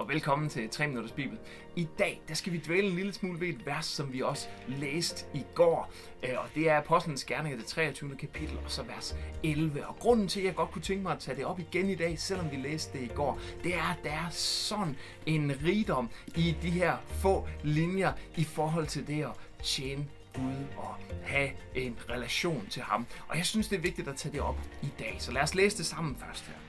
velkommen til 3 Minutters Bibel. I dag der skal vi dvæle en lille smule ved et vers, som vi også læste i går. Og det er Apostlenes Gerninger, det 23. kapitel, og så vers 11. Og grunden til, at jeg godt kunne tænke mig at tage det op igen i dag, selvom vi læste det i går, det er, at der er sådan en rigdom i de her få linjer i forhold til det at tjene Gud og have en relation til ham. Og jeg synes, det er vigtigt at tage det op i dag. Så lad os læse det sammen først her.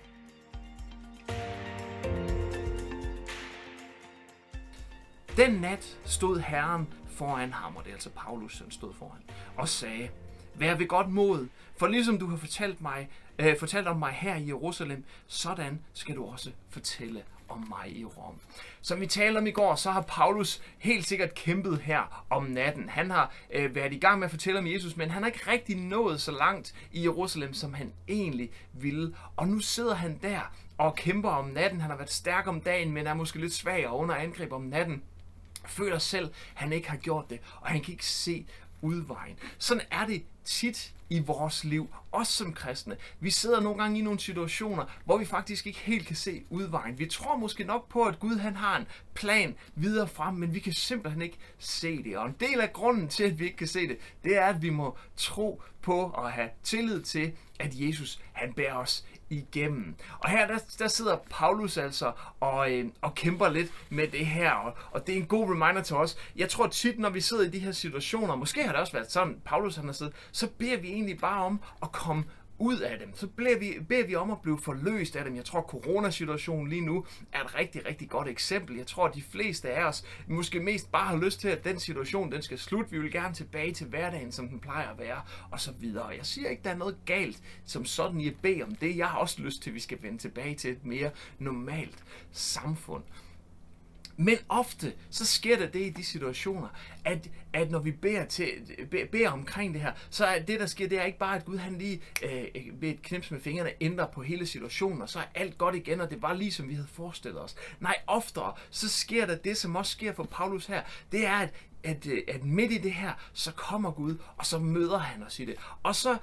Den nat stod Herren foran ham, og det er altså Paulus, som stod foran, og sagde: Vær ved godt mod, for ligesom du har fortalt om mig her i Jerusalem, sådan skal du også fortælle om mig i Rom. Som vi talte om i går, så har Paulus helt sikkert kæmpet her om natten. Han har været i gang med at fortælle om Jesus, men han har ikke rigtig nået så langt i Jerusalem, som han egentlig ville. Og nu sidder han der og kæmper om natten. Han har været stærk om dagen, men er måske lidt svag og under angreb om natten. Føler selv, at han ikke har gjort det, og han kan ikke se udvejen. Sådan er det tit i vores liv, også som kristne. Vi sidder nogle gange i nogle situationer, hvor vi faktisk ikke helt kan se udvejen. Vi tror måske nok på, at Gud han har en plan videre frem, men vi kan simpelthen ikke se det. Og en del af grunden til, at vi ikke kan se det, det er, at vi må tro på og have tillid til, at Jesus han bærer os igennem. Og her der sidder Paulus altså og kæmper lidt med det her, og det er en god reminder til os. Jeg tror tit, når vi sidder i de her situationer, måske har det også været sådan, Paulus han har siddet, så beder vi egentlig bare om at komme ud af dem. Så beder vi om at blive forløst af dem. Jeg tror, coronasituationen lige nu er et rigtig, rigtig godt eksempel. Jeg tror, at de fleste af os måske mest bare har lyst til, at den situation, den skal slutte. Vi vil gerne tilbage til hverdagen, som den plejer at være, og så videre. Jeg siger ikke, der er noget galt som sådan i at bede om det. Jeg har også lyst til, at vi skal vende tilbage til et mere normalt samfund. Men ofte, så sker der det i de situationer, at når vi beder omkring det her, så er det, der sker, det er ikke bare, at Gud han lige ved et knips med fingrene ændrer på hele situationen, og så er alt godt igen, og det var lige, som vi havde forestillet os. Nej, oftere, så sker der det, som også sker for Paulus her, det er, at midt i det her, så kommer Gud, og så møder han os i det. Og så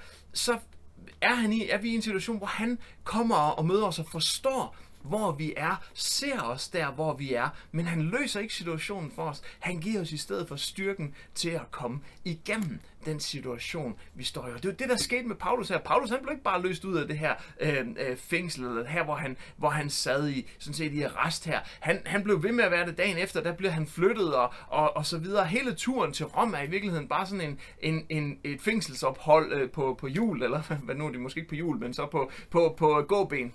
er vi i en situation, hvor han kommer og møder os og forstår, hvor vi er, ser os der, hvor vi er, men han løser ikke situationen for os. Han giver os i stedet for styrken til at komme igennem den situation, vi står i. Og det er jo det, der skete med Paulus her. Paulus han blev ikke bare løst ud af det her fængsel, eller her, hvor han sad i, sådan set i arrest her. Han blev ved med at være det dagen efter, der blev han flyttet og så videre. Hele turen til Rom er i virkeligheden bare sådan et fængselsophold på hjul, eller hvad nu er det, måske ikke på hjul, men så på gåben.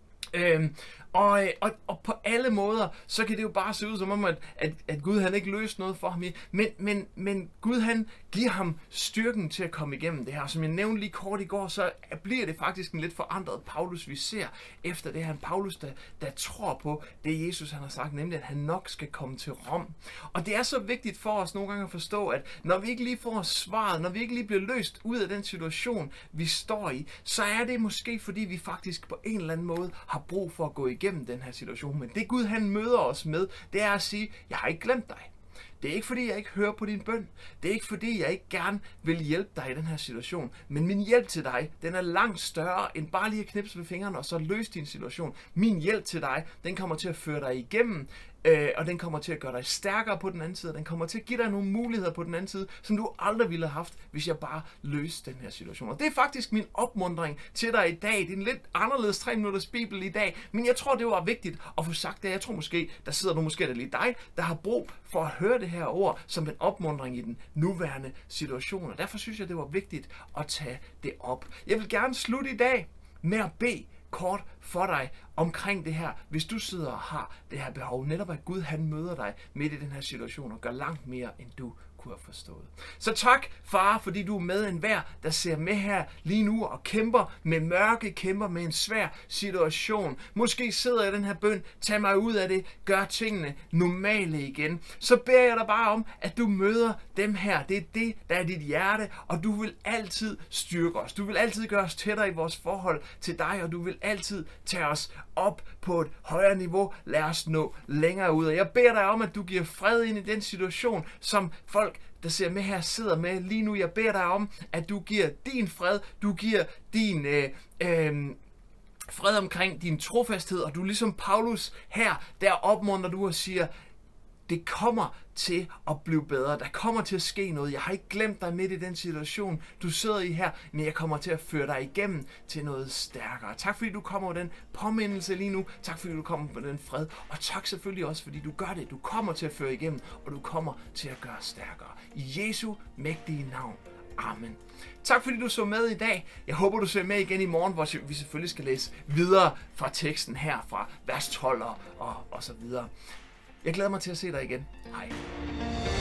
Og på alle måder, så kan det jo bare se ud som om, at Gud han ikke løste noget for ham. Men Gud han giver ham styrken til at komme igennem det her. Som jeg nævnte lige kort i går, så bliver det faktisk en lidt forandret Paulus, vi ser efter det her. En Paulus, der tror på det Jesus han har sagt, nemlig at han nok skal komme til Rom. Og det er så vigtigt for os nogle gange at forstå, at når vi ikke lige får svaret, når vi ikke lige bliver løst ud af den situation, vi står i, så er det måske fordi vi faktisk på en eller anden måde har brug for at gå igennem den her situation. Men det Gud han møder os med, det er at sige, jeg har ikke glemt dig. Det er ikke fordi, jeg ikke hører på din bøn. Det er ikke fordi, jeg ikke gerne vil hjælpe dig i den her situation. Men min hjælp til dig, den er langt større end bare lige at knipse med fingrene og så løse din situation. Min hjælp til dig, den kommer til at føre dig igennem, og den kommer til at gøre dig stærkere på den anden side. Den kommer til at give dig nogle muligheder på den anden side, som du aldrig ville have haft, hvis jeg bare løste den her situation. Og det er faktisk min opmuntring til dig i dag. Det er en lidt anderledes 3 minutters bibel i dag, men jeg tror, det var vigtigt at få sagt det. Jeg tror måske, der sidder nu måske der lige dig, der har brug for at høre det her ord som en opmuntring i den nuværende situation. Og derfor synes jeg, det var vigtigt at tage det op. Jeg vil gerne slutte i dag med at bede kort for dig omkring det her, hvis du sidder og har det her behov. Netop at Gud han møder dig midt i den her situation og gør langt mere, end du kunne have forstået. Så tak, far, fordi du er med enhver, der ser med her lige nu og kæmper med mørke, kæmper med en svær situation. Måske sidder jeg i den her bøn, tag mig ud af det, gør tingene normale igen. Så beder jeg dig bare om, at du møder dem her. Det er det, der er dit hjerte, og du vil altid styrke os. Du vil altid gøre os tættere i vores forhold til dig, og du vil altid tage os op på et højere niveau. Lad os nå længere ud. Og jeg beder dig om, at du giver fred ind i den situation, som folk, der ser med her, sidder med lige nu. Jeg beder dig om, at du giver din fred, du giver din fred omkring din trofasthed, og du ligesom Paulus her, der opmuntrer du og siger, det kommer til at blive bedre. Der kommer til at ske noget. Jeg har ikke glemt dig midt i den situation, du sidder i her, men jeg kommer til at føre dig igennem til noget stærkere. Tak fordi du kommer med den påmindelse lige nu. Tak fordi du kommer med den fred. Og tak selvfølgelig også fordi du gør det. Du kommer til at føre igennem, og du kommer til at gøre stærkere. I Jesu mægtige navn. Amen. Tak fordi du så med i dag. Jeg håber du ser med igen i morgen, hvor vi selvfølgelig skal læse videre fra teksten her fra vers 12 og så videre. Jeg glæder mig til at se dig igen. Hej.